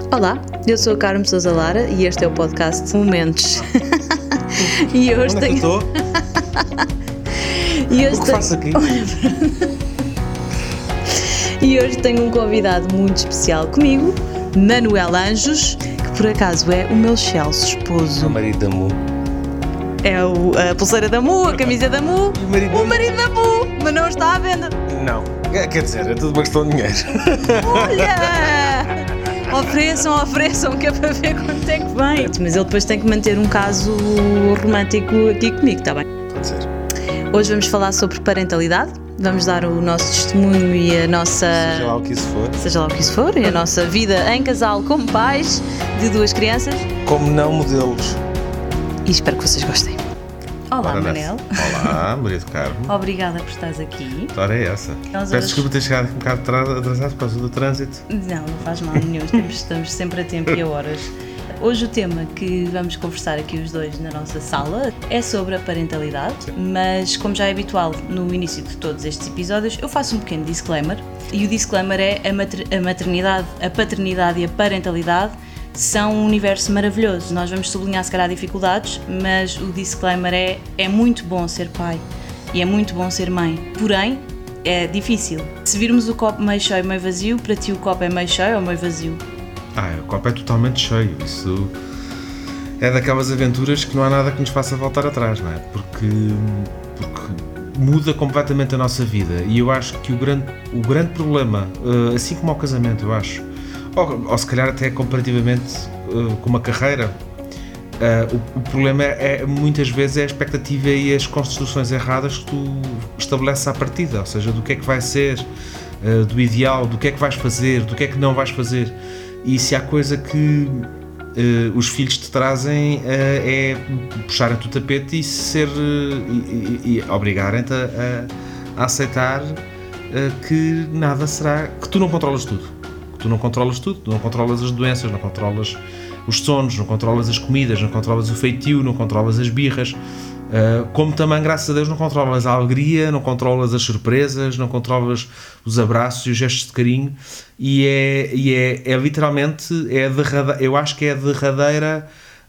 Olá, eu sou a Carmo Sousa Lara e este é o podcast Momentos. E hoje Onde é que estou? O que faço aqui? E hoje tenho um convidado muito especial comigo, Manuel Anjos, que por acaso é o meu excelso esposo. O marido da Mu. É a pulseira da Mu, a camisa da Mu, O marido da Mu, mas não está à venda. Não, quer dizer, é tudo uma questão de dinheiro. Olha! Ofereçam, que é para ver quanto é que vem. Mas ele depois tem que manter um caso romântico aqui comigo, está bem? Pode ser. Hoje vamos falar sobre parentalidade, vamos dar o nosso testemunho e a nossa... Seja lá o que isso for. E a nossa vida em casal como pais de duas crianças. Como não modelos. E espero que vocês gostem. Olá, Ora, Manel. Olá, Maria do Carmo. Obrigada por estares aqui. A história é essa. Peço desculpa ter chegado um bocado atrasado por causa do trânsito. Não faz mal nenhum, estamos sempre a tempo e a horas. Hoje o tema que vamos conversar aqui os dois na nossa sala é sobre a parentalidade, mas como já é habitual no início de todos estes episódios, eu faço um pequeno disclaimer, e o disclaimer é a maternidade, a paternidade e a parentalidade são um universo maravilhoso. Nós vamos sublinhar se calhar dificuldades, mas o disclaimer é muito bom ser pai e é muito bom ser mãe, porém é difícil. Se virmos o copo meio cheio ou meio vazio, para ti o copo é meio cheio ou meio vazio? O copo é totalmente cheio. Isso é daquelas aventuras que não há nada que nos faça voltar atrás, não é? Porque muda completamente a nossa vida. E eu acho que o grande problema, assim como ao casamento, eu acho, ou se calhar até comparativamente com uma carreira, o problema é muitas vezes é a expectativa e as construções erradas que tu estabeleces à partida, ou seja, do que é que vai ser, do ideal, do que é que vais fazer, do que é que não vais fazer. E se há coisa que os filhos te trazem é puxarem-te o tapete e obrigarem-te a aceitar que nada será, que tu não controlas tudo. Tu não controlas tudo, tu não controlas as doenças, não controlas os sonos, não controlas as comidas, não controlas o feitio, não controlas as birras, como também, graças a Deus, não controlas a alegria, não controlas as surpresas, não controlas os abraços e os gestos de carinho, e é literalmente, eu acho que é a derradeira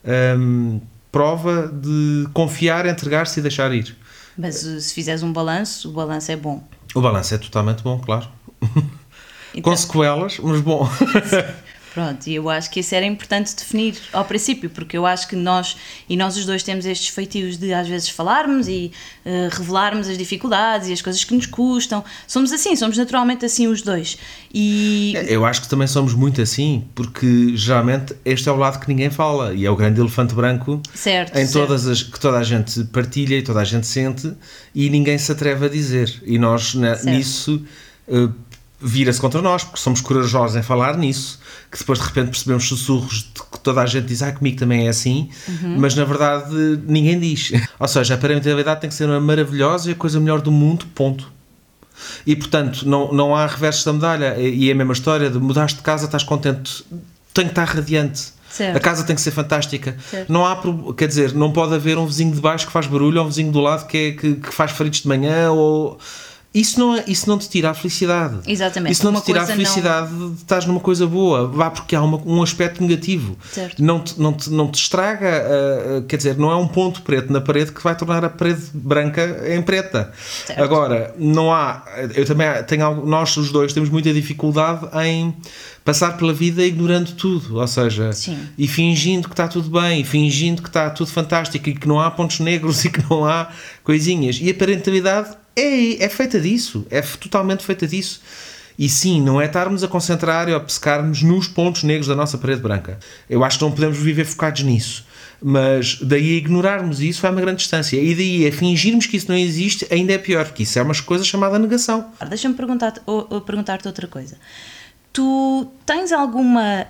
prova de confiar, entregar-se e deixar ir. Mas se fizeres um balanço, o balanço é bom. O balanço é totalmente bom, claro. Então, com sequelas, mas bom. Pronto, e eu acho que isso era importante definir ao princípio, porque eu acho que nós os dois temos estes feitios de às vezes falarmos e revelarmos as dificuldades e as coisas que nos custam. Somos naturalmente assim os dois. E eu acho que também somos muito assim, porque geralmente este é o lado que ninguém fala, e é o grande elefante branco, certo, que toda a gente partilha e toda a gente sente, e ninguém se atreve a dizer. E nós nisso vira-se contra nós, porque somos corajosos em falar nisso, que depois de repente percebemos sussurros de que toda a gente diz comigo também é assim, mas na verdade ninguém diz. Ou seja, a parentalidade tem que ser uma maravilhosa e a coisa melhor do mundo, ponto. E portanto não há reverso da medalha, e é a mesma história de mudaste de casa, estás contente, tem que estar radiante. Certo. A casa tem que ser fantástica. Certo. Não há, quer dizer, não pode haver um vizinho de baixo que faz barulho ou um vizinho do lado que faz faritos de manhã ou... Isso não te tira a felicidade. Exatamente. Isso não te tira a felicidade de estás numa coisa boa. Vá porque há um aspecto negativo. Certo. Não te estraga, quer dizer, não é um ponto preto na parede que vai tornar a parede branca em preta. Certo. Agora, não há... Eu também tenho algo... Nós os dois temos muita dificuldade em passar pela vida ignorando tudo. Ou seja, sim, e fingindo que está tudo bem, e fingindo que está tudo fantástico e que não há pontos negros e que não há coisinhas. E a parentalidade é feita disso, é totalmente feita disso. E sim, não é estarmos a concentrar e a obcecar-nos nos pontos negros da nossa parede branca. Eu acho que não podemos viver focados nisso. Mas daí a ignorarmos isso vai uma grande distância. E daí a fingirmos que isso não existe ainda é pior, porque isso é uma coisa chamada negação. Deixa-me perguntar-te outra coisa. Tu tens alguma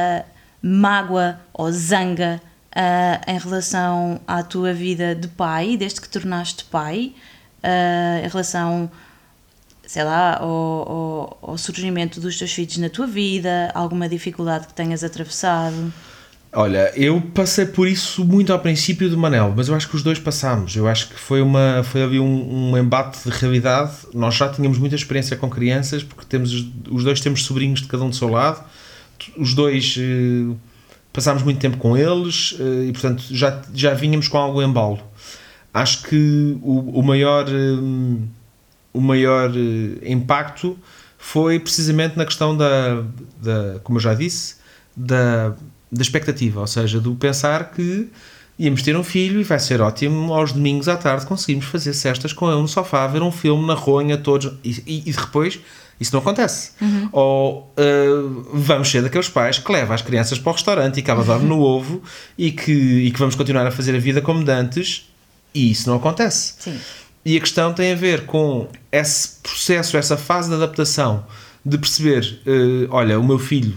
mágoa ou zanga em relação à tua vida de pai, desde que tornaste pai? Em relação, sei lá, ao surgimento dos teus filhos na tua vida, alguma dificuldade que tenhas atravessado? Olha, eu passei por isso muito ao princípio do Manel, mas eu acho que os dois passámos. Eu acho que foi ali um embate de realidade. Nós já tínhamos muita experiência com crianças, porque os dois temos sobrinhos de cada um do seu lado, os dois passámos muito tempo com eles e, portanto, já vínhamos com algum embalo. Acho que o maior impacto foi precisamente na questão como eu já disse, da expectativa, ou seja, do pensar que íamos ter um filho e vai ser ótimo aos domingos à tarde conseguimos fazer cestas com ele no sofá, ver um filme na ronha todos, e depois isso não acontece. Ou vamos ser daqueles pais que levam as crianças para o restaurante e que dorme no ovo e que vamos continuar a fazer a vida como de antes, e isso não acontece. Sim. E a questão tem a ver com esse processo, essa fase de adaptação, de perceber, olha, o meu filho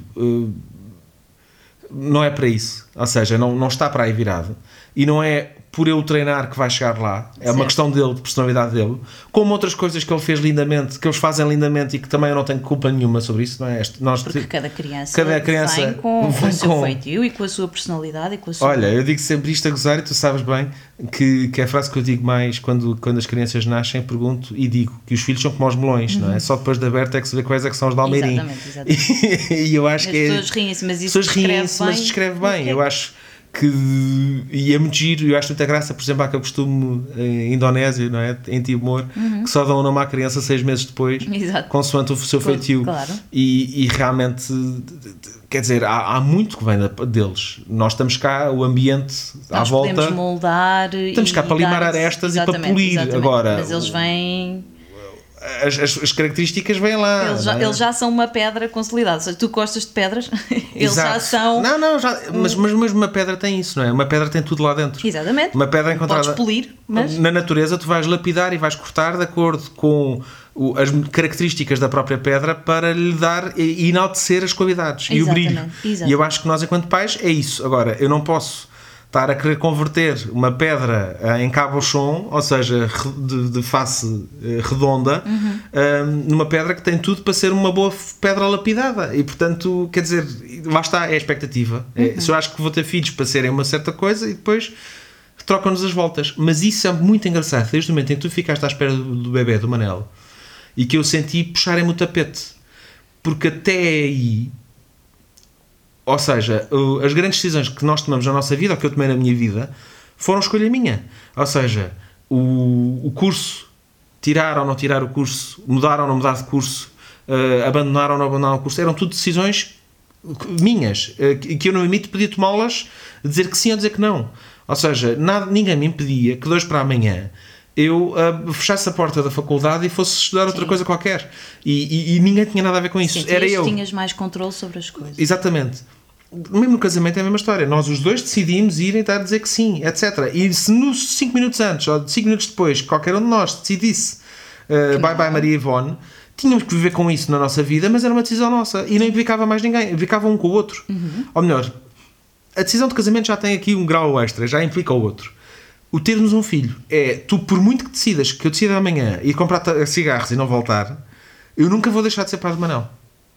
não é para isso, ou seja, não está para aí virado, e não é por eu treinar que vai chegar lá, é uma questão dele, de personalidade dele, como outras coisas que ele fez lindamente, que eles fazem lindamente e que também eu não tenho culpa nenhuma sobre isso, não é? Porque cada criança vem com o seu feitio e com a sua personalidade e com a sua... Olha, eu digo sempre isto a gozar e tu sabes bem que é a frase que eu digo mais quando as crianças nascem, pergunto e digo que os filhos são como os melões, não é? Só depois de aberto é que se vê quais é que são os de Almeirim. Exatamente. E eu acho que as pessoas riem-se, mas isso descreve bem. Eu acho que, e é muito giro, eu acho muita graça, por exemplo, há aquele costume em Indonésia, não é? Em Timor, que só dão o nome à criança 6 meses depois, consoante o seu feitio. Claro. E realmente, quer dizer, há muito que vem deles. Nós estamos cá, o ambiente à volta. Nós podemos moldar. Estamos cá para limar arestas e para polir. Agora, mas eles vêm... As características vêm lá. Eles já são uma pedra consolidada. Ou seja, tu gostas de pedras, eles já são... Mas mesmo uma pedra tem isso, não é? Uma pedra tem tudo lá dentro. Exatamente. Uma pedra encontrada... Podes polir, mas... Na natureza tu vais lapidar e vais cortar de acordo com as características da própria pedra para lhe dar e enaltecer as qualidades e o brilho. E eu acho que nós, enquanto pais, é isso. Agora, eu não posso estar a querer converter uma pedra em cabochon, ou seja, de face redonda, numa pedra que tem tudo para ser uma boa pedra lapidada. E, portanto, quer dizer, lá está, é a expectativa. Se eu acho que vou ter filhos para serem uma certa coisa e depois trocam-nos as voltas. Mas isso é muito engraçado. Desde o momento em que tu ficaste à espera do bebê, do Manel, e que eu senti puxarem-me o tapete. Porque até aí... Ou seja, as grandes decisões que nós tomamos na nossa vida, ou que eu tomei na minha vida, foram escolha minha. Ou seja, o curso, tirar ou não tirar o curso, mudar ou não mudar de curso, abandonar ou não abandonar o curso, eram tudo decisões minhas, que eu no limite podia tomá-las, dizer que sim ou dizer que não. Ou seja, ninguém me impedia que de hoje para amanhã eu fechasse a porta da faculdade e fosse estudar outra coisa qualquer. E ninguém tinha nada a ver com isso. Era eu. Tinhas mais controle sobre as coisas. Exatamente. Mesmo no casamento é a mesma história. Nós os dois decidimos ir e estar a dizer que sim, etc. E se nos 5 minutos antes ou 5 minutos depois qualquer um de nós decidisse bye bye Maria Ivone, tínhamos que viver com isso na nossa vida, mas era uma decisão nossa. E não implicava mais ninguém. Implicava um com o outro. Ou melhor, a decisão de casamento já tem aqui um grau extra, já implica o outro. O termos um filho é, tu por muito que decidas que eu decida amanhã ir comprar cigarros e não voltar, eu nunca vou deixar de ser pai do Manel.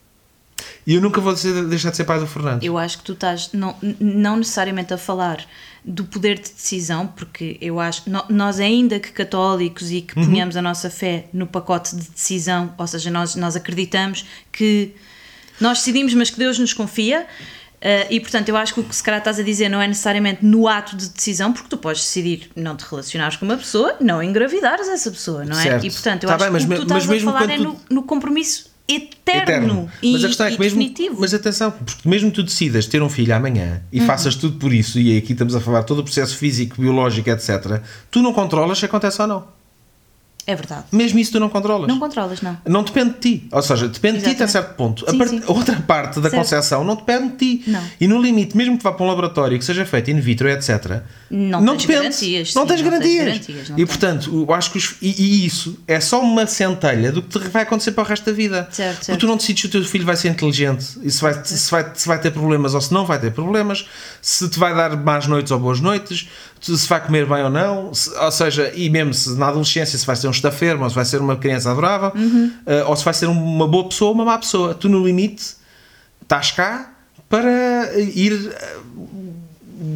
E eu nunca vou deixar de ser pai do Fernando. Eu acho que tu estás não necessariamente a falar do poder de decisão, porque eu acho nós ainda que católicos e que ponhamos a nossa fé no pacote de decisão, ou seja, nós acreditamos que nós decidimos, mas que Deus nos confia. E portanto eu acho que o que se calhar estás a dizer não é necessariamente no ato de decisão, porque tu podes decidir não te relacionares com uma pessoa, não engravidares essa pessoa, não é? Certo. E portanto eu acho que o que tu estás a falar é no compromisso eterno. Mas a questão é que mesmo, definitivo. mas atenção, porque mesmo tu decidas ter um filho amanhã e faças tudo por isso, e aqui estamos a falar todo o processo físico, biológico, etc., tu não controlas se acontece ou não. É verdade. Mesmo isso tu não controlas. Não controlas, não. Não depende de ti. Ou seja, depende de ti até certo ponto. Sim. A outra parte da concepção não depende de ti. Não. E no limite, mesmo que vá para um laboratório que seja feito in vitro, etc., não tens garantias. Não tens garantias. E portanto, eu acho que isso é só uma centelha do que vai acontecer para o resto da vida. Certo. Porque tu não decides se o teu filho vai ser inteligente e se vai ter problemas ou se não vai ter problemas, se te vai dar más noites ou boas noites, se vai comer bem ou não, ou seja, e mesmo se na adolescência se vai ser um estafermo ou se vai ser uma criança adorável, ou se vai ser uma boa pessoa ou uma má pessoa. Tu no limite estás cá para ir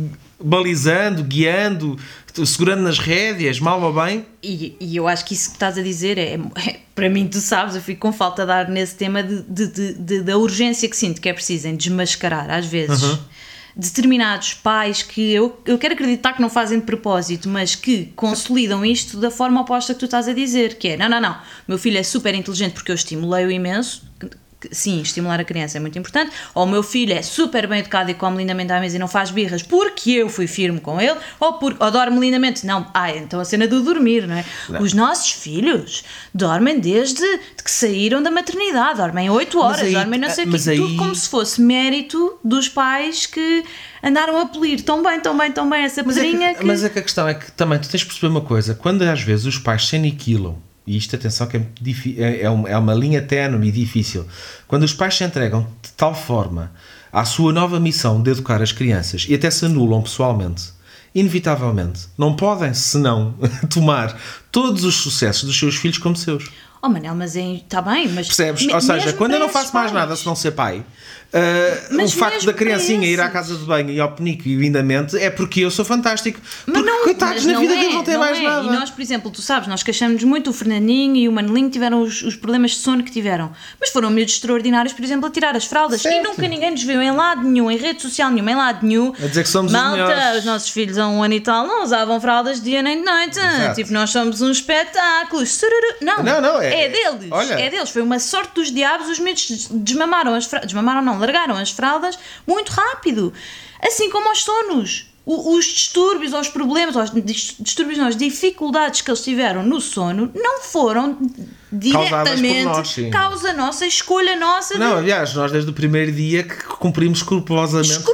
balizando, guiando, segurando nas rédeas, mal ou bem. E eu acho que isso que estás a dizer para mim, tu sabes, eu fico com falta de ar nesse tema da urgência que sinto que é preciso em desmascarar, às vezes, determinados pais que eu quero acreditar que não fazem de propósito, mas que consolidam isto da forma oposta que tu estás a dizer, que é, não, meu filho é super inteligente porque eu estimulei-o imenso. Sim, estimular a criança é muito importante. Ou o meu filho é super bem educado e come lindamente à mesa e não faz birras porque eu fui firme com ele, ou dorme lindamente. Não, então a cena do dormir, não é? Não. Os nossos filhos dormem desde que saíram da maternidade, dormem 8 horas, dormem não sei o quê, tudo como se fosse mérito dos pais que andaram a polir tão bem essa pedrinha. Mas é que a questão é que também tu tens de perceber uma coisa, quando às vezes os pais se aniquilam, e isto, atenção, que é uma linha ténue e difícil. Quando os pais se entregam de tal forma à sua nova missão de educar as crianças e até se anulam pessoalmente, inevitavelmente, não podem, senão, tomar todos os sucessos dos seus filhos como seus. Oh, Manel, mas está bem, mas... Percebes? Ou seja, quando eu não faço mais nada se não ser pai, o facto da criancinha ir à casa de banho e ao penico e lindamente é porque eu sou fantástico. Porque, coitados, na vida deles não tem mais nada. E nós, por exemplo, tu sabes, nós queixamos-nos muito, o Fernandinho e o Manelinho tiveram os problemas de sono que tiveram, mas foram miúdos extraordinários, por exemplo, a tirar as fraldas. Certo. E nunca ninguém nos viu em lado nenhum, em rede social nenhuma, em lado nenhum. A dizer que somos os melhores. Os nossos filhos há 1 ano e tal não usavam fraldas dia nem de noite. Exato. Tipo, nós somos um espetáculo. Não, é deles. Olha. É deles. Foi uma sorte dos diabos, os miúdos desmamaram as fraldas. Desmamaram não, largaram as fraldas muito rápido. Assim como aos sonos. Os distúrbios, os problemas, as dificuldades que eles tiveram no sono não foram diretamente causa nossa, escolha nossa. Não, aliás, nós desde o primeiro dia que cumprimos escrupulosamente.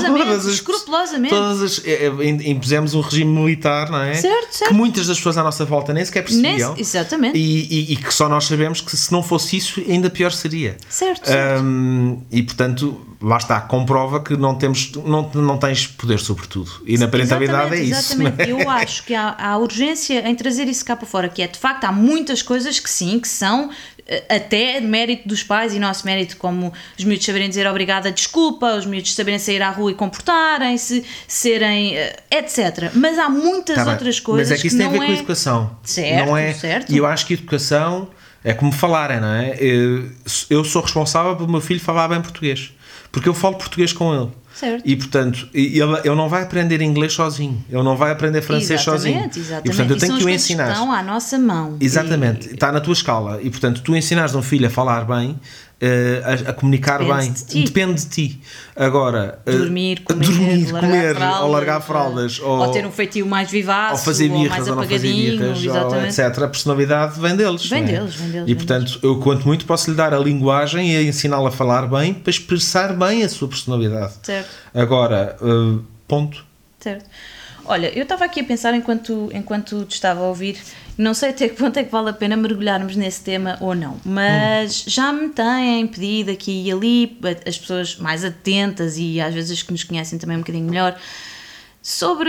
Impusemos um regime militar, não é? Certo. Que muitas das pessoas à nossa volta nem sequer percebiam. Exatamente. E que só nós sabemos que se não fosse isso, ainda pior seria. Certo. E portanto, lá está, comprova que não tens poder sobre tudo. E na parentalidade é isso. Exatamente. Eu acho que há urgência em trazer isso cá para fora, que é, de facto, há muitas coisas que sim, que são até mérito dos pais e nosso mérito, como os miúdos saberem dizer obrigada, desculpa, os miúdos saberem sair à rua e comportarem-se, serem, etc. Mas há muitas outras coisas. Mas é que isso tem a ver com a educação. Certo, não é? Certo. E eu acho que a educação é como falarem, não é? Eu sou responsável pelo meu filho falar bem português, porque eu falo português com ele. Certo. E portanto, ele não vai aprender inglês sozinho, ele não vai aprender francês sozinho. Exatamente. E portanto, eu tenho que o ensinar. Estão à nossa mão. Exatamente, está na tua escala. E portanto, tu ensinares um filho a falar bem, a comunicar depende de ti. Agora, dormir, comer, ou largar fraldas, ou ter um feitio mais vivaz, ou fazer birras, ou mais apagadinho, etc. A personalidade vem deles. Vem deles. E portanto, eu quanto muito posso lhe dar a linguagem e a ensiná-lo a falar bem para expressar bem a sua personalidade. Certo. Agora, ponto. Certo. Olha, eu estava aqui a pensar enquanto te estava a ouvir, não sei até que ponto é que vale a pena mergulharmos nesse tema ou não, mas já me têm pedido aqui e ali, as pessoas mais atentas e às vezes as que nos conhecem também um bocadinho melhor, sobre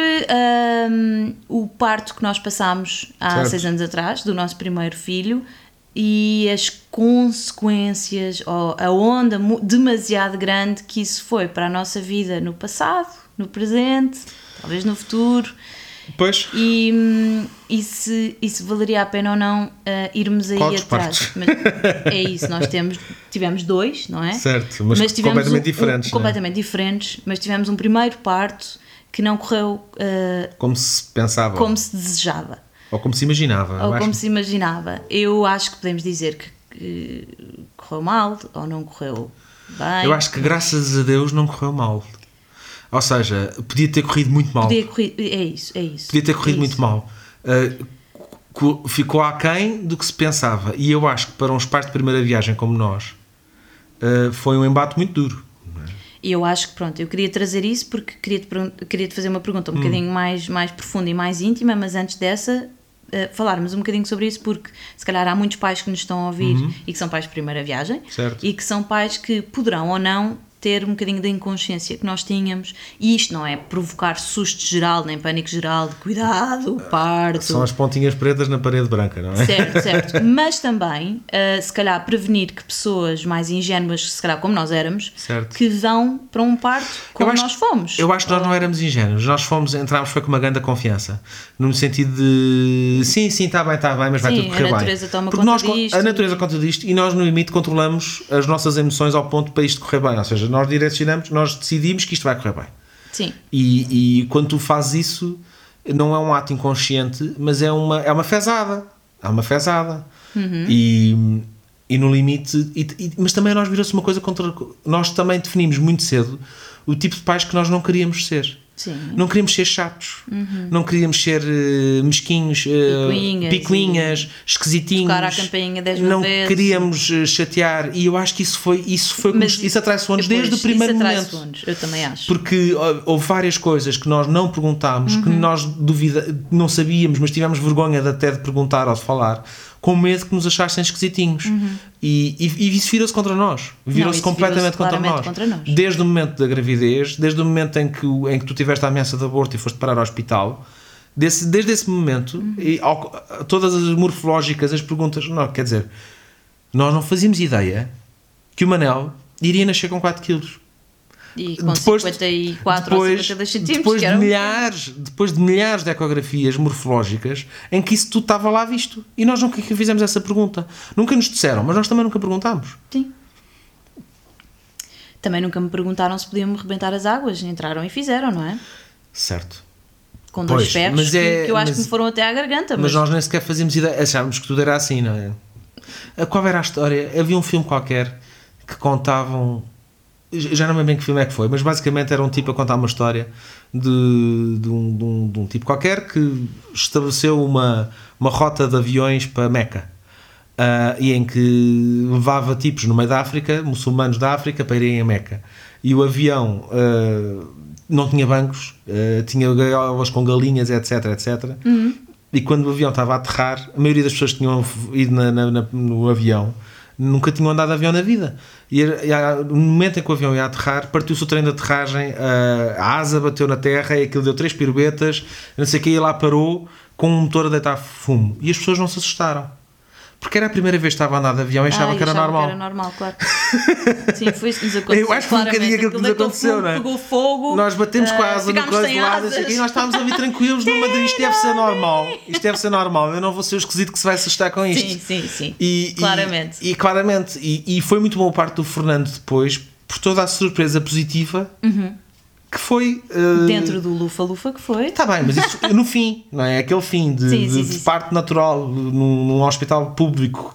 o parto que nós passámos há 6 anos atrás, do nosso primeiro filho, e as consequências, ou a onda demasiado grande que isso foi para a nossa vida no passado, no presente, talvez no futuro. Pois. E se valeria a pena ou não irmos aí atrás. Mas é isso, nós tivemos 2, não é? Certo, mas completamente diferentes. Completamente diferentes, mas tivemos um primeiro parto que não correu como se pensava. Como se desejava. Ou como se imaginava. Eu acho que podemos dizer que correu mal ou não correu bem. Eu acho que graças a Deus não correu mal. Ou seja, podia ter corrido muito mal. É isso. Podia ter corrido muito mal. Ficou aquém do que se pensava. E eu acho que para uns pais de primeira viagem como nós, foi um embate muito duro. E eu acho que, pronto, eu queria trazer isso porque queria-te fazer uma pergunta um bocadinho mais profunda e mais íntima, mas antes dessa, falarmos um bocadinho sobre isso, porque se calhar há muitos pais que nos estão a ouvir e que são pais de primeira viagem. Certo. E que são pais que poderão ou não ter um bocadinho da inconsciência que nós tínhamos, e isto não é provocar susto geral, nem pânico geral, de cuidado, parto. São as pontinhas pretas na parede branca, não é? Certo, certo. Mas também, se calhar, prevenir que pessoas mais ingênuas, se calhar como nós éramos, Certo. que vão para um parto como nós fomos. Eu acho que nós não éramos ingênuos. Nós entramos foi com uma grande confiança. No sentido de, sim, está bem, mas vai tudo correr bem. A natureza toma Porque conta disto. A natureza conta disto e nós, no limite, controlamos as nossas emoções ao ponto para isto correr bem. Ou seja, nós direcionamos, nós decidimos que isto vai correr bem. Sim. E quando tu fazes isso, não é um ato inconsciente, mas é uma fezada. É uma fezada. Uhum. E no limite, mas também nós virou-se uma coisa contra. Nós também definimos muito cedo o tipo de pais que nós não queríamos ser. Sim. Não queríamos ser chatos, não queríamos ser mesquinhos, picuinhas, esquisitinhos. Tocar a campainha 10 vezes. Não queríamos chatear, e eu acho que isso atrai-se-nos desde o primeiro momento. Eu também acho. Porque houve várias coisas que nós não perguntámos, que nós não sabíamos, mas tivemos vergonha até de perguntar ou de falar, com medo que nos achassem esquisitinhos. E isso virou-se contra nós. Virou-se completamente contra nós. Desde o momento da gravidez, desde o momento em que tu tiveste a ameaça de aborto e foste parar ao hospital, desde esse momento, todas as morfológicas, as perguntas, não, quer dizer, nós não fazíamos ideia que o Manel iria nascer com 4 quilos. E com 54 ou 52 centímetros. Depois de milhares de ecografias morfológicas em que isso tudo estava lá visto. E nós nunca fizemos essa pergunta. Nunca nos disseram, mas nós também nunca perguntámos. Sim. Também nunca me perguntaram se podiam-me rebentar as águas. Entraram e fizeram, não é? Certo. Com 2 ferros que eu acho que me foram até à garganta. Mas nós nem sequer fazíamos ideia. Achávamos que tudo era assim, não é? Qual era a história? Havia um filme qualquer que contavam... Já não me lembro bem que filme é que foi, mas basicamente era um tipo a contar uma história de um tipo qualquer que estabeleceu uma rota de aviões para Meca, e em que levava tipos no meio da África, muçulmanos da África, para irem a Meca. E o avião não tinha bancos, tinha gaiolas com galinhas, etc, etc. E quando o avião estava a aterrar, a maioria das pessoas que tinham ido no avião nunca tinham andado de avião na vida. E no momento em que o avião ia aterrar, partiu-se o trem de aterragem, a asa bateu na terra e aquilo deu 3 piruetas, não sei o que, e lá parou com um motor a deitar fumo. E as pessoas não se assustaram. Porque era a primeira vez que estava a andar de avião e achavam que era normal. Que era normal, claro. Sim, foi isso que nos aconteceu. Eu acho que foi um bocadinho aquilo que nos aconteceu, não é? Pegou fogo. Nós batemos com a asa no coisa do lado e nós estávamos ali tranquilos numa de isto deve ser normal. Isto deve ser normal. Eu não vou ser o esquisito que se vai assustar com isto. Sim. Claramente. E foi muito bom a parte do Fernando depois, por toda a surpresa positiva. Que foi... dentro do lufa-lufa que foi. Está bem, mas isso no fim, não é? Aquele fim de parto natural num hospital público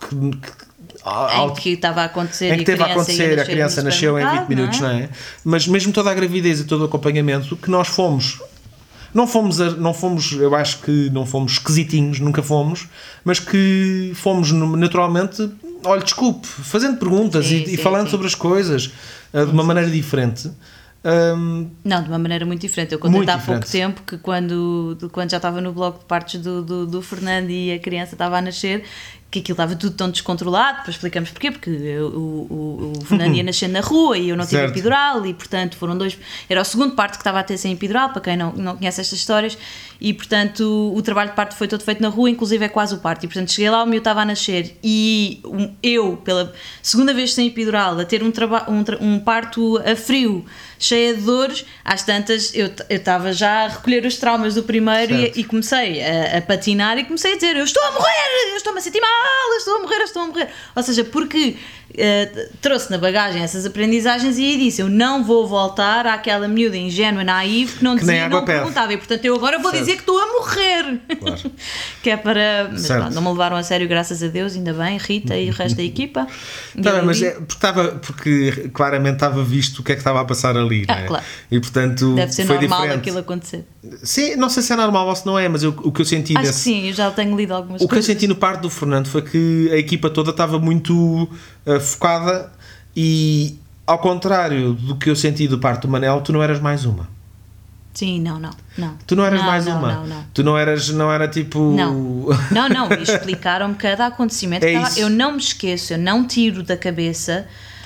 em que estava a acontecer, em que teve a acontecer, a criança nasceu em 20 minutos, não é? Mas mesmo toda a gravidez e todo o acompanhamento que nós fomos, não fomos, eu acho que não fomos esquisitinhos, nunca fomos, mas que fomos naturalmente, olha, desculpe, fazendo perguntas e falando sobre as coisas de uma maneira diferente. Não, de uma maneira muito diferente. Eu contei há pouco tempo que quando já estava no bloco de partos do Fernando e a criança estava a nascer, que aquilo estava tudo tão descontrolado. Depois explicamos porquê, porque o Fernando ia nascer na rua e eu não tive epidural e portanto foram 2, era o segundo parto que estava a ter sem epidural, para quem não conhece estas histórias, e portanto o trabalho de parto foi todo feito na rua, inclusive é quase o parto, e portanto cheguei lá, o meu estava a nascer e eu pela segunda vez sem epidural a ter um parto a frio, cheia de dores, às tantas eu estava já a recolher os traumas do primeiro e comecei a patinar e comecei a dizer, eu estou a morrer, eu estou-me a sentir mal, eu estou a morrer, ou seja, porque trouxe na bagagem essas aprendizagens e aí disse, eu não vou voltar àquela miúda ingênua, naiva, que não dizia, não perguntava, e portanto eu agora vou dizer que estou a morrer, claro. Que é para... Mas não me levaram a sério, graças a Deus, ainda bem, Rita e o resto da equipa. Tá bem, mas porque claramente estava visto o que é que estava a passar ali, não é? Claro. E portanto deve ser foi normal diferente. Aquilo acontecer. Sim, não sei se é normal ou se não é, mas o que eu senti acho que sim, eu já tenho lido algumas coisas. O que eu senti no parto do Fernando foi que a equipa toda estava muito focada e, ao contrário do que eu senti do parto do Manel, tu não eras mais uma. Sim, não. Tu não eras mais uma. Não. Tu não era tipo... Não. E explicaram-me cada acontecimento. Eu não me esqueço, eu não tiro da cabeça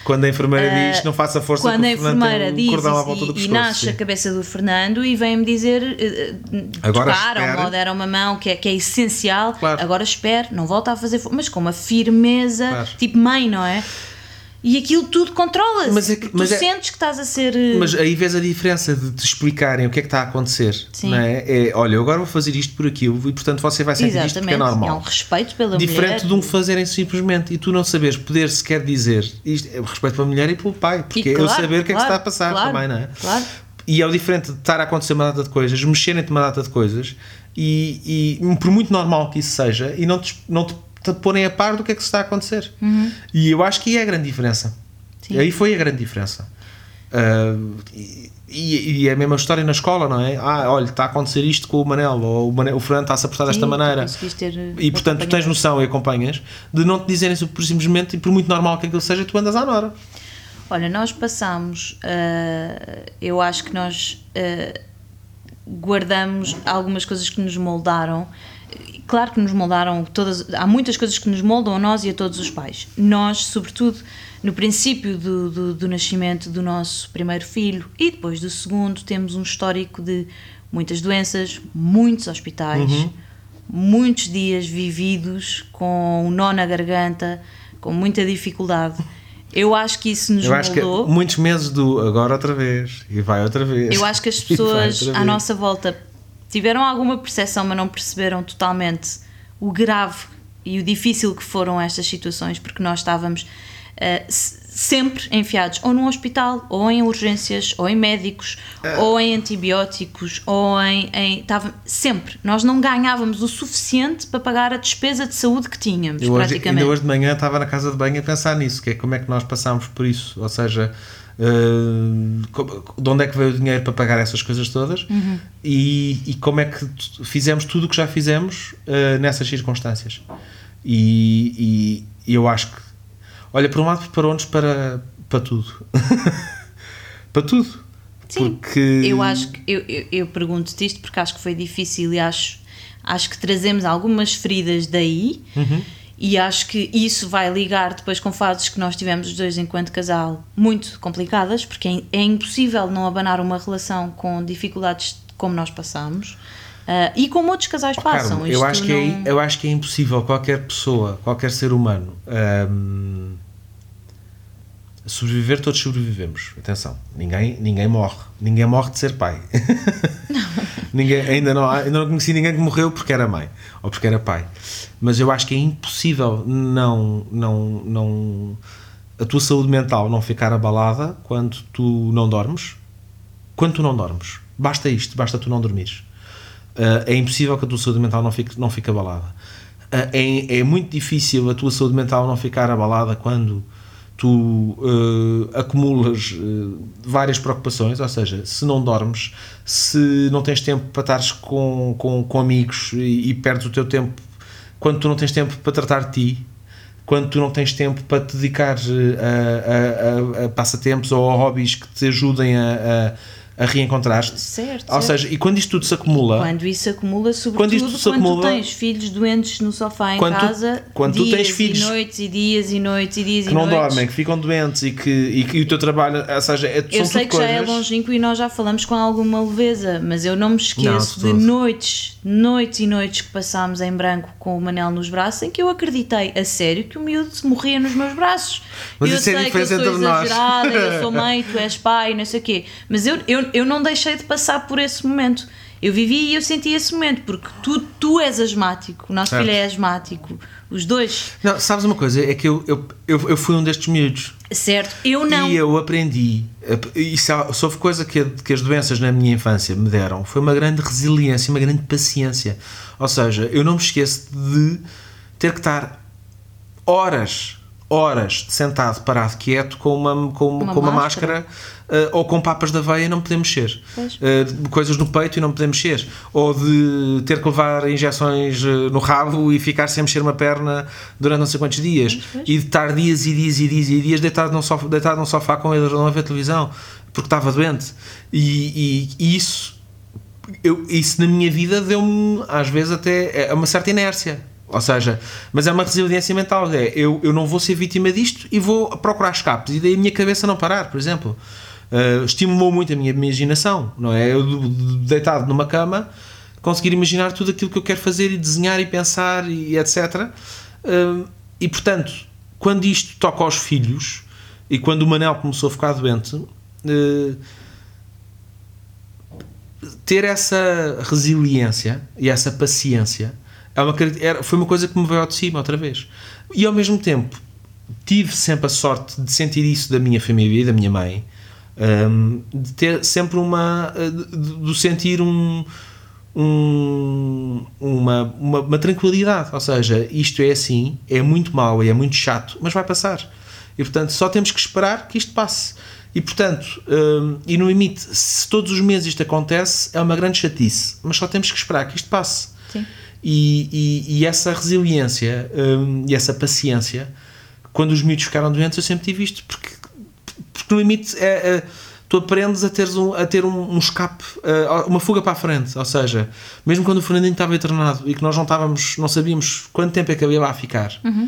Quando a enfermeira diz não faça força, quando a enfermeira diz cordão à volta do e pescoço, nasce a cabeça do Fernando e vem-me dizer agora tocaram ou deram uma mão, que é essencial, agora espere, não volta a fazer força, mas com uma firmeza, tipo mãe, não é? E aquilo tudo controla-se. Tu sentes que estás a ser... Mas aí vês a diferença de te explicarem o que é que está a acontecer. Não é? Olha, eu agora vou fazer isto por aquilo e portanto você vai sentir isto porque é normal. É um respeito pela diferente mulher. De um fazerem simplesmente e tu não saberes poder sequer dizer isto é respeito pela mulher e pelo pai. Porque é eu saber o que é que está a passar também, não é? Claro. E é o diferente de estar a acontecer uma data de coisas, mexerem-te uma data de coisas e por muito normal que isso seja e não te porem a par do que é que se está a acontecer. E eu acho que aí é a grande diferença. Sim. Aí foi a grande diferença. E é a mesma história na escola, não é? Olha, está a acontecer isto com o Manel, ou o Fernando está-se a portar desta maneira. E portanto tu tens noção e acompanhas de não te dizerem isso por simplesmente, e por muito normal que aquilo seja, tu andas à nora. Olha, nós passamos, eu acho que nós guardamos algumas coisas que nos moldaram. Claro que nos moldaram há muitas coisas que nos moldam a nós e a todos os pais. Nós, sobretudo, no princípio do nascimento do nosso primeiro filho e depois do segundo, temos um histórico de muitas doenças, muitos hospitais, muitos dias vividos com um nó na garganta, com muita dificuldade. Eu acho que isso nos moldou. Muitos meses do agora outra vez e vai outra vez. Eu acho que as pessoas à nossa volta tiveram alguma percepção, mas não perceberam totalmente o grave e o difícil que foram estas situações, porque nós estávamos sempre enfiados ou num hospital, ou em urgências, ou em médicos, ou em antibióticos, ou sempre. Nós não ganhávamos o suficiente para pagar a despesa de saúde que tínhamos, praticamente. Ainda hoje de manhã estava na casa de banho a pensar nisso, que é como é que nós passámos por isso, ou seja... de onde é que veio o dinheiro para pagar essas coisas todas e como é que fizemos tudo o que já fizemos nessas circunstâncias e eu acho que olha, por um lado preparou-nos para tudo para tudo. Sim, porque eu acho que eu pergunto-te isto porque acho que foi difícil e acho que trazemos algumas feridas daí. E acho que isso vai ligar depois com fases que nós tivemos os dois enquanto casal muito complicadas, porque é impossível não abanar uma relação com dificuldades como nós passamos e como outros casais passam. Carmo, eu acho que é impossível qualquer pessoa, qualquer ser humano sobreviver. Todos sobrevivemos, atenção, ninguém morre de ser pai. Ainda não conheci ninguém que morreu porque era mãe ou porque era pai, mas eu acho que é impossível a tua saúde mental não ficar abalada quando tu não dormes. Basta tu não dormires. É impossível que a tua saúde mental não fique abalada. É muito difícil a tua saúde mental não ficar abalada quando tu acumulas várias preocupações, ou seja, se não dormes, se não tens tempo para estares com amigos e perdes o teu tempo, quando tu não tens tempo para tratar de ti, quando tu não tens tempo para te dedicar a passatempos ou a hobbies que te ajudem a reencontrar-te. Certo. Ou seja, e quando isto tudo se acumula... Quando isso acumula, sobretudo quando tu tens filhos doentes no sofá em casa, quando tu tens filhos e noites e dias e noites e dias que não dormem, que ficam doentes e o teu trabalho, ou seja, eu sei que já é longínquo e nós já falamos com alguma leveza, mas eu não me esqueço de noites e noites que passámos em branco com o Manel nos braços, em que eu acreditei a sério que o miúdo morria nos meus braços. Mas eu isso é sei que eu sou exagerada, eu sou mãe, tu és pai, não sei o quê, mas eu não deixei de passar por esse momento. Eu vivi e eu senti esse momento, porque tu és asmático, o nosso filho é asmático, os dois. Não, sabes uma coisa, é que eu fui um destes miúdos. Certo, eu não. E eu aprendi, e se houve coisa que as doenças na minha infância me deram, foi uma grande resiliência, uma grande paciência. Ou seja, eu não me esqueço de ter que estar horas sentado, parado, quieto, com uma máscara ou com papas de aveia e não poder mexer. Coisas no peito e não poder mexer. Ou de ter que levar injeções no rabo e ficar sem mexer uma perna durante não sei quantos dias. E de estar dias e dias deitado num sofá com ele a não ver televisão porque estava doente. E isso na minha vida deu-me às vezes até uma certa inércia. Ou seja, mas é uma resiliência mental. Eu não vou ser vítima disto e vou procurar escapes. E daí a minha cabeça não parar, por exemplo. Estimulou muito a minha imaginação, não é? Eu, deitado numa cama, conseguir imaginar tudo aquilo que eu quero fazer e desenhar e pensar e etc. E, portanto, quando isto toca aos filhos e quando o Manel começou a ficar doente, ter essa resiliência e essa paciência foi uma coisa que me veio ao de cima outra vez. E ao mesmo tempo tive sempre a sorte de sentir isso da minha família e da minha mãe, de ter sempre de sentir uma tranquilidade, ou seja, isto é assim, é muito mau e é muito chato, mas vai passar. E portanto só temos que esperar que isto passe. E portanto, e no limite, se todos os meses isto acontece, é uma grande chatice, mas só temos que esperar que isto passe. Sim. E essa resiliência e essa paciência, quando os miúdos ficaram doentes, eu sempre tive isto, porque no limite tu aprendes a ter um escape, uma fuga para a frente. Ou seja, mesmo quando o Fernandinho estava internado e que nós não sabíamos quanto tempo é que ele ia lá ficar,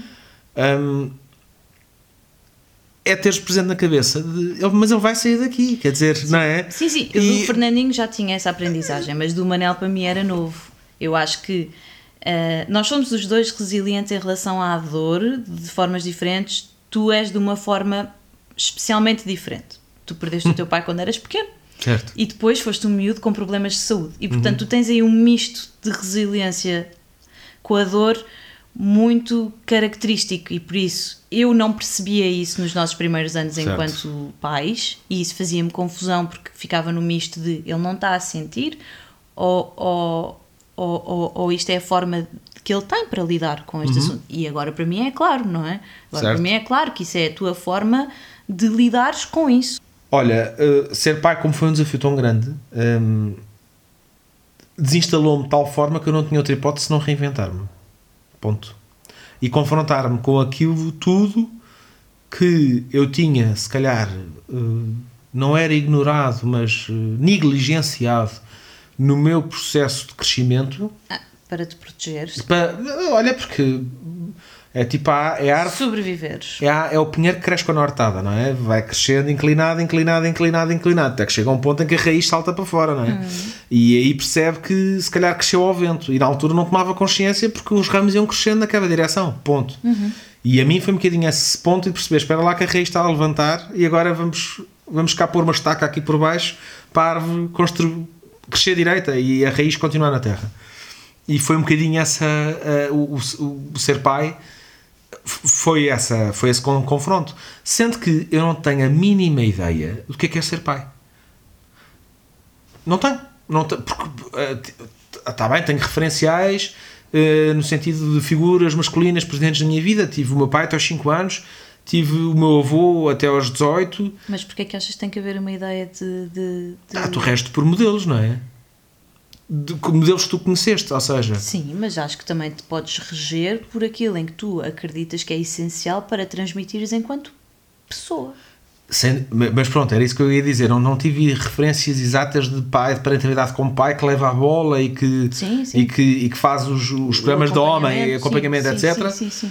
é teres presente na cabeça mas ele vai sair daqui, quer dizer, sim. Não é? Sim, do Fernandinho já tinha essa aprendizagem, mas do Manel para mim era novo. Eu acho que nós somos os dois resilientes em relação à dor, de formas diferentes. Tu és de uma forma especialmente diferente. Tu perdeste o teu pai quando eras pequeno. Certo. E depois foste um miúdo com problemas de saúde. E portanto tu tens aí um misto de resiliência com a dor muito característico, e por isso eu não percebia isso nos nossos primeiros anos, certo, enquanto pais, e isso fazia-me confusão porque ficava no misto de ele não está a sentir ou isto é a forma que ele tem para lidar com este assunto. E agora para mim é claro, não é? Agora para mim é claro que isso é a tua forma de lidares com isso. Olha, ser pai, como foi um desafio tão grande, desinstalou-me de tal forma que eu não tinha outra hipótese senão reinventar-me. Ponto. E confrontar-me com aquilo tudo que eu tinha, se calhar, não era ignorado, mas negligenciado no meu processo de crescimento. Para te protegeres. Olha, porque é tipo a árvore. Sobreviveres. É o pinheiro que cresce com a nortada, não é? Vai crescendo inclinado, até que chega a um ponto em que a raiz salta para fora, não é? E aí percebe que se calhar cresceu ao vento, e na altura não tomava consciência porque os ramos iam crescendo naquela direção, ponto. E a mim foi um bocadinho esse ponto de perceber, espera lá que a raiz está a levantar e agora vamos cá pôr uma estaca aqui por baixo para a árvore crescer direita e a raiz continuar na terra. E foi um bocadinho o ser pai foi esse confronto, sendo que eu não tenho a mínima ideia do que é ser pai. Não tenho, porque está bem, tenho referenciais no sentido de figuras masculinas presentes na minha vida. Tive o meu pai até aos 5 anos, tive o meu avô até aos 18. Mas porquê é que achas que tem que haver uma ideia de... Tu resto por modelos, não é? De modelos que tu conheceste, ou seja... Sim, mas acho que também te podes reger por aquilo em que tu acreditas que é essencial para transmitires enquanto pessoa. Mas pronto, era isso que eu ia dizer. Não tive referências exatas de pai, de parentalidade como pai que leva a bola e que, sim. E que faz os programas de homem, acompanhamento, etc. Sim.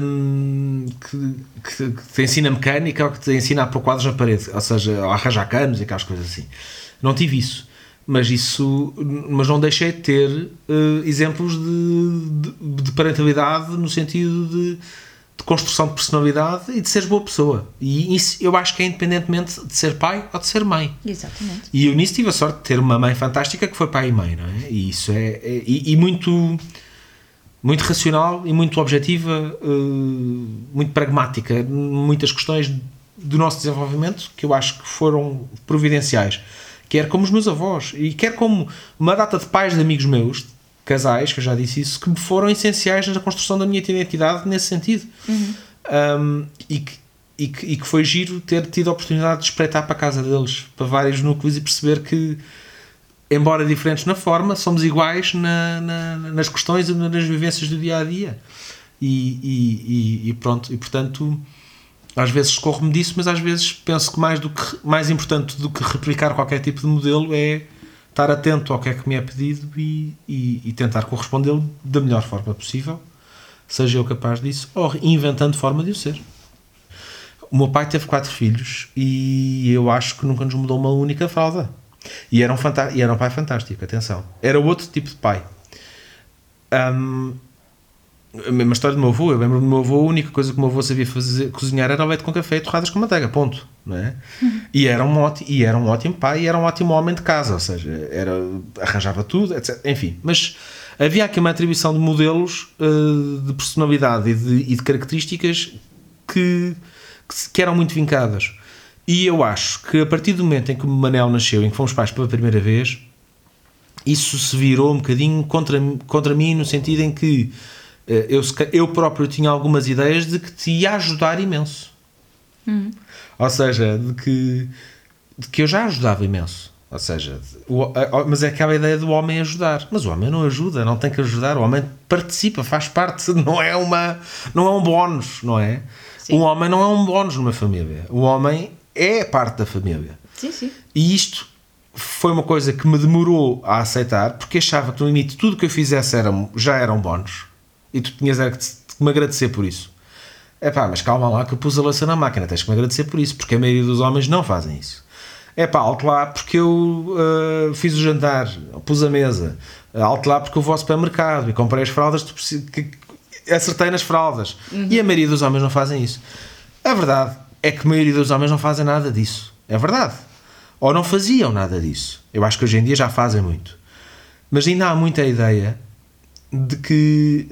Que te ensina mecânica ou que te ensina a pôr quadros na parede, ou seja, a arranjar canos e aquelas coisas assim. Não tive isso. Mas não deixei de ter exemplos de parentalidade no sentido de construção de personalidade e de seres boa pessoa. E isso eu acho que é independentemente de ser pai ou de ser mãe. Exatamente. E eu nisso tive a sorte de ter uma mãe fantástica que foi pai e mãe, não é? E isso é muito, muito racional e muito objetiva, muito pragmática, muitas questões do nosso desenvolvimento que eu acho que foram providenciais. Quer como os meus avós, e quer como uma data de pais de amigos meus, casais, que eu já disse isso, que me foram essenciais na construção da minha identidade nesse sentido. E que foi giro ter tido a oportunidade de espreitar para a casa deles, para vários núcleos, e perceber que, embora diferentes na forma, somos iguais nas questões e nas vivências do dia-a-dia. E pronto, e portanto... Às vezes escorro-me disso, mas às vezes penso que mais importante do que replicar qualquer tipo de modelo é estar atento ao que é que me é pedido e tentar correspondê-lo da melhor forma possível, seja eu capaz disso, ou inventando forma de o ser. O meu pai teve 4 filhos e eu acho que nunca nos mudou uma única fralda. E era um pai fantástico, atenção. Era outro tipo de pai. A mesma história do meu avô. Eu lembro do meu avô, a única coisa que o meu avô sabia cozinhar era leite com café e torradas com manteiga, ponto. Não é? E era um ótimo pai e era um ótimo homem de casa, ou seja, arranjava tudo, etc. Enfim, mas havia aqui uma atribuição de modelos de personalidade e de características que eram muito vincadas. E eu acho que a partir do momento em que o Manel nasceu, em que fomos pais pela primeira vez, isso se virou um bocadinho contra mim, no sentido em que eu próprio tinha algumas ideias de que te ia ajudar imenso. Ou seja, de que eu já ajudava imenso. Ou seja, mas é aquela ideia do homem ajudar. Mas o homem não ajuda, não tem que ajudar. O homem participa, faz parte, não é um bónus, não é? Sim. O homem não é um bónus numa família. O homem é parte da família. Sim, sim. E isto foi uma coisa que me demorou a aceitar, porque achava que no limite tudo que eu fizesse já era um bónus. E tu tinhas que me agradecer por isso. Mas calma lá que eu pus a louça na máquina, tens que me agradecer por isso, porque a maioria dos homens não fazem isso. Alto lá porque eu fiz o jantar, pus a mesa, alto lá porque eu vou ao supermercado e comprei as fraldas, acertei nas fraldas. E a maioria dos homens não fazem isso. A verdade é que a maioria dos homens não fazem nada disso. É verdade. Ou não faziam nada disso. Eu acho que hoje em dia já fazem muito. Mas ainda há muita ideia de que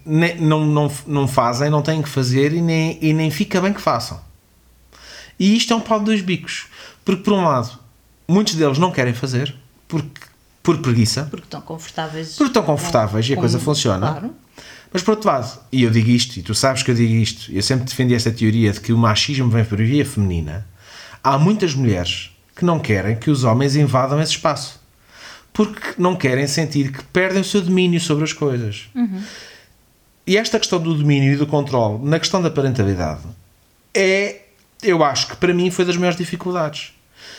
não fazem, não têm que fazer e nem fica bem que façam. E isto é um pau de dois bicos. Porque, por um lado, muitos deles não querem fazer por preguiça. Porque estão confortáveis. E a coisa funciona. Claro. Mas, por outro lado, e eu digo isto, e tu sabes que eu digo isto, eu sempre defendi esta teoria de que o machismo vem por via feminina, há muitas mulheres que não querem que os homens invadam esse espaço. Porque não querem sentir que perdem o seu domínio sobre as coisas. E esta questão do domínio e do controle, na questão da parentalidade, eu acho que para mim foi das maiores dificuldades.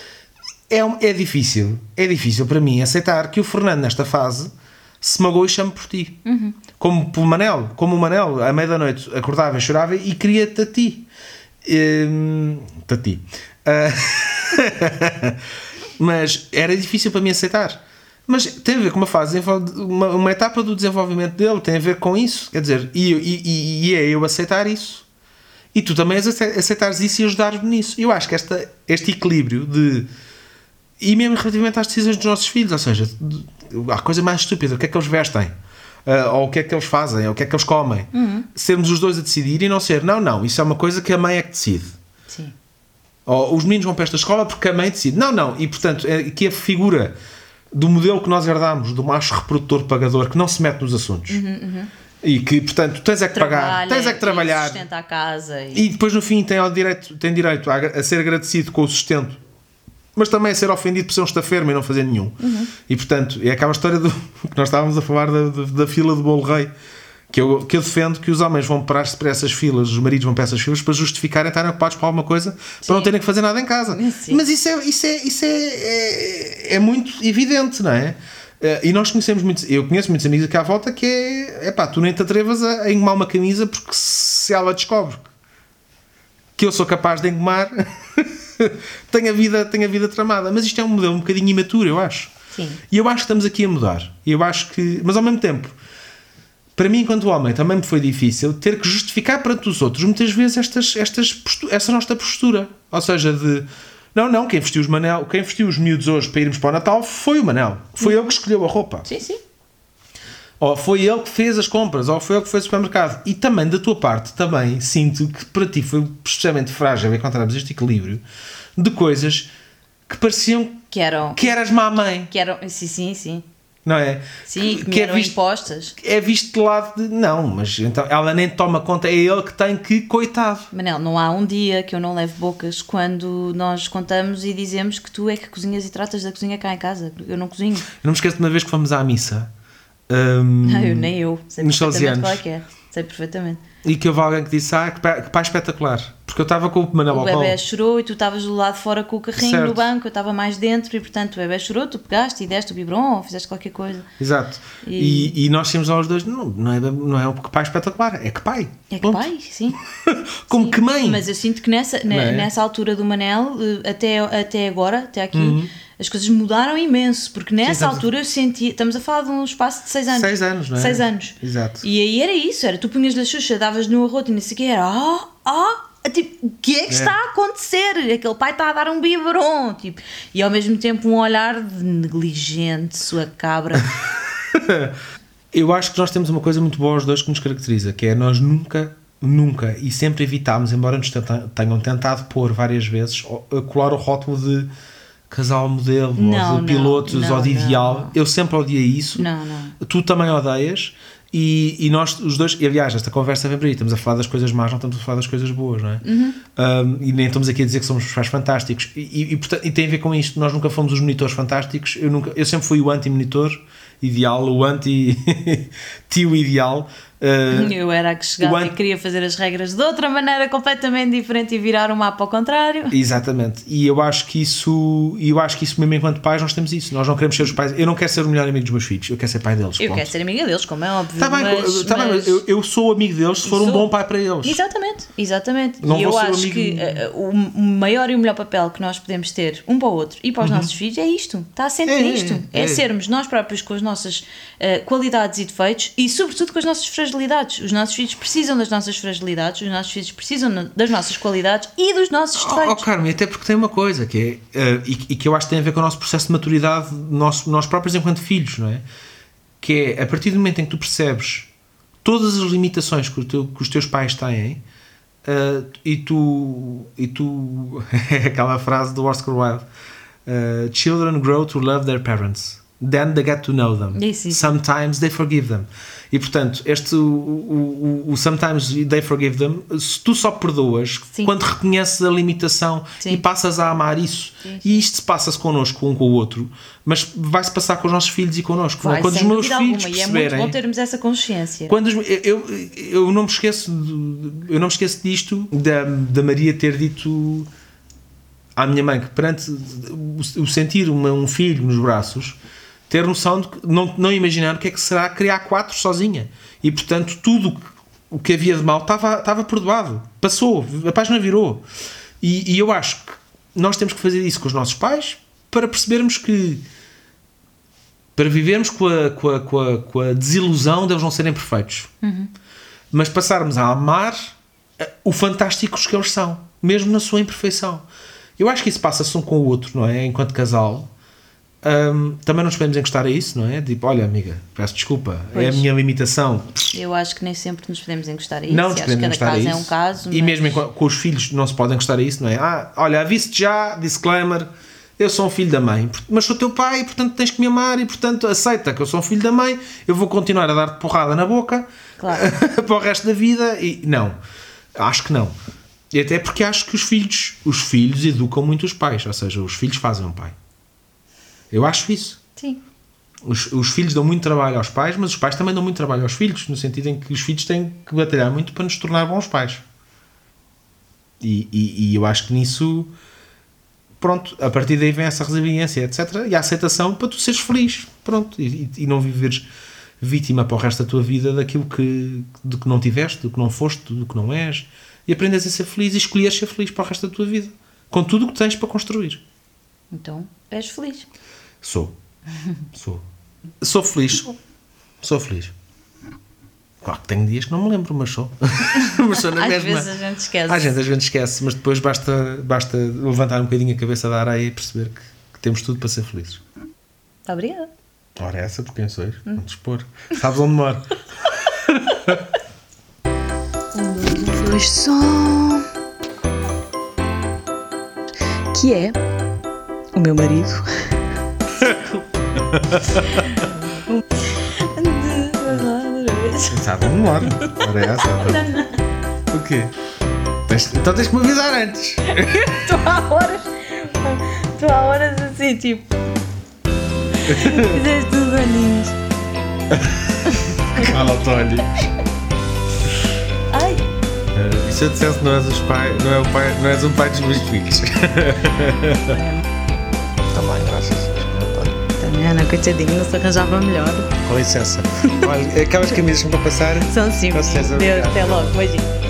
É difícil para mim aceitar que o Fernando, nesta fase, se magoou e chame por ti. Como o Manel, à meia da noite, acordava e chorava e queria-te a ti. Mas era difícil para mim aceitar. Mas tem a ver com uma fase, uma etapa do desenvolvimento dele, tem a ver com isso. Quer dizer, e é eu aceitar isso. E tu também aceitares isso e ajudares-me nisso. Eu acho que este equilíbrio e mesmo relativamente às decisões dos nossos filhos, ou seja, a coisa mais estúpida, o que é que eles vestem, ou o que é que eles fazem, ou o que é que eles comem, sermos os dois a decidir e não ser, não, isso é uma coisa que a mãe é que decide. Sim. Ou os meninos vão para esta escola porque a mãe decide. Não, e portanto, que a figura do modelo que nós herdámos, do macho reprodutor pagador que não se mete nos assuntos. E que, portanto, tens é que pagar, tens é que trabalhar, sustenta a casa e depois no fim tem direito a ser agradecido com o sustento, mas também a ser ofendido por ser um estafermo e não fazer nenhum. E portanto, é aquela história que nós estávamos a falar da fila do bolo rei, que eu defendo que os homens vão para essas filas, os maridos vão para essas filas para justificarem estarem ocupados por alguma coisa, para não terem que fazer nada em casa. Sim. Mas isso é muito evidente, não é? E nós eu conheço muitos amigos aqui à volta que tu nem te atrevas a engomar uma camisa, porque se ela descobre que eu sou capaz de engomar, tenho a vida tramada. Mas isto é um modelo um bocadinho imaturo, eu acho. Sim. E eu acho que estamos aqui a mudar. Mas ao mesmo tempo, para mim, enquanto homem, também me foi difícil ter que justificar perante os outros muitas vezes essa nossa postura. Ou seja, Não, quem vestiu os miúdos hoje para irmos para o Natal foi o Manel. Foi ele que escolheu a roupa. Sim. Ou foi ele que fez as compras, ou foi ele que fez o supermercado. E também, da tua parte, também sinto que para ti foi especialmente frágil encontrarmos este equilíbrio de coisas que pareciam que eras má mãe. Sim. Não é? Sim, que eram impostas. É visto de lado de... Não, mas então ela nem toma conta, é ele que tem que... Coitado. Manel, não há um dia que eu não leve bocas quando nós contamos e dizemos que tu é que cozinhas e tratas da cozinha cá em casa. Eu não cozinho. Eu não me esqueço de uma vez que fomos à missa. Nem eu. Sei nos 12 anos. qual é que é. sei perfeitamente. E que houve alguém que disse, que pai espetacular. Porque eu estava com o Manel ao colo. O bebê chorou e tu estavas do lado de fora com o carrinho Certo. no banco, eu estava mais dentro e portanto o bebê chorou, tu pegaste e deste o biberon ou fizeste qualquer coisa. Exato. E nós tínhamos aos dois, não é o que pai espetacular, é que pai. É que Ponto. pai, sim. Como Sim. que mãe. Mas eu sinto que nessa altura do Manel, até agora, até aqui, as coisas mudaram imenso, porque nessa altura eu sentia, estamos a falar de um espaço de 6 anos. 6 anos, não é? 6 anos. Exato. E aí era isso, era tu punhas-lhe a Xuxa, davas no arroto e não sei o que, era tipo, o que é que está a acontecer? Aquele pai está a dar um biberon, tipo, e ao mesmo tempo um olhar de negligente, sua cabra. Eu acho que nós temos uma coisa muito boa aos dois que nos caracteriza, que é nós nunca e sempre evitámos, embora nos tenham tentado pôr várias vezes, colar o rótulo de casal modelo, ou de pilotos, ou de ideal. Não. Eu sempre odiei isso. Não. Tu também odeias. E nós os dois, e aliás, esta conversa vem por aí, estamos a falar das coisas más, não estamos a falar das coisas boas, não é? E nem estamos aqui a dizer que somos os pais fantásticos, e tem a ver com isto. Nós nunca fomos os monitores fantásticos, eu sempre fui o anti-monitor ideal, o anti-tio ideal. Eu era a que chegava e queria fazer as regras de outra maneira completamente diferente e virar o mapa ao contrário. Exatamente, e eu acho que isso mesmo enquanto pais nós temos isso, nós não queremos ser os pais, eu não quero ser o melhor amigo dos meus filhos, eu quero ser pai deles. Eu quero ser amiga deles, como é óbvio. Está bem, mas eu sou amigo deles se for um bom pai para eles. Exatamente. Não e eu vou ser acho amigo... que o maior e o melhor papel que nós podemos ter um para o outro e para os nossos filhos é isto, está assente nisto, é sermos nós próprios com as nossas qualidades e defeitos e sobretudo com as nossas fragilidades. Os nossos filhos precisam das nossas fragilidades, os nossos filhos precisam das nossas qualidades e dos nossos defeitos. Carmen, até porque tem uma coisa que é, e que eu acho que tem a ver com o nosso processo de maturidade, nós próprios enquanto filhos, não é? Que é, a partir do momento em que tu percebes todas as limitações que os teus pais têm, e tu é aquela frase do Oscar Wilde, children grow to love their parents, then they get to know them, Isso. sometimes they forgive them. E portanto, o sometimes they forgive them, se tu só perdoas quando reconheces a limitação e passas a amar isso. E isto se passa-se connosco, um com o outro, mas vai-se passar com os nossos filhos e connosco. Vai, quando os meus filhos alguma, perceberem, e é muito bom termos essa consciência. quando eu não me esqueço disto da Maria ter dito à minha mãe que perante o sentir um filho nos braços, ter noção de que não imaginar o que é que será criar 4 sozinha, e portanto tudo o que havia de mal estava perdoado, passou, a página virou, e eu acho que nós temos que fazer isso com os nossos pais para percebermos que, para vivermos com a desilusão deles não serem perfeitos, mas passarmos a amar o fantásticos que eles são, mesmo na sua imperfeição. Eu acho que isso passa-se um com o outro, não é? Enquanto casal. Também não nos podemos encostar a isso, não é? Tipo, olha amiga, peço desculpa, é a minha limitação. Eu acho que nem sempre nos podemos encostar a isso. Não nos podemos encostar a isso. Cada caso é um caso. E mesmo com os filhos não se pode encostar a isso, não é? Olha, aviso-te já, disclaimer, eu sou um filho da mãe, mas sou teu pai e portanto tens que me amar e portanto aceita que eu sou um filho da mãe, eu vou continuar a dar-te porrada na boca, claro, para o resto da vida. E não, acho que não. E até porque acho que os filhos educam muito os pais, ou seja, os filhos fazem um pai. Eu acho isso. Sim. Os filhos dão muito trabalho aos pais, mas os pais também dão muito trabalho aos filhos, no sentido em que os filhos têm que batalhar muito para nos tornar bons pais. E eu acho que nisso, pronto, a partir daí vem essa resiliência, etc. E a aceitação para tu seres feliz, pronto, e não viveres vítima para o resto da tua vida daquilo do que não tiveste, do que não foste, do que não és, e aprendes a ser feliz e escolheres ser feliz para o resto da tua vida, com tudo o que tens para construir. Então, és feliz. Sou feliz. Sou feliz. Claro que tenho dias que não me lembro, mas sou. Mas sou na Às mesma. vezes a gente esquece. Às vezes esquece, mas depois basta levantar um bocadinho a cabeça da areia e perceber que temos tudo para ser felizes. Obrigada. Ora, essa por quem sois? Vou dispor. Sabes onde moro? Feliz som. Que é o meu marido. Sabe onde moro? Ora, essa. O quê? Então tens que me avisar antes. Estou há horas assim, tipo. Fizeste os olhinhos. Cala-te olhos. se eu dissesse não és um pai dos meus filhos. Também, graças a Deus. Também, Ana, coitadinho, não se arranjava melhor. Com licença. Olha, aquelas camisas que me para passar. São sim. Deus, até logo, beijinho.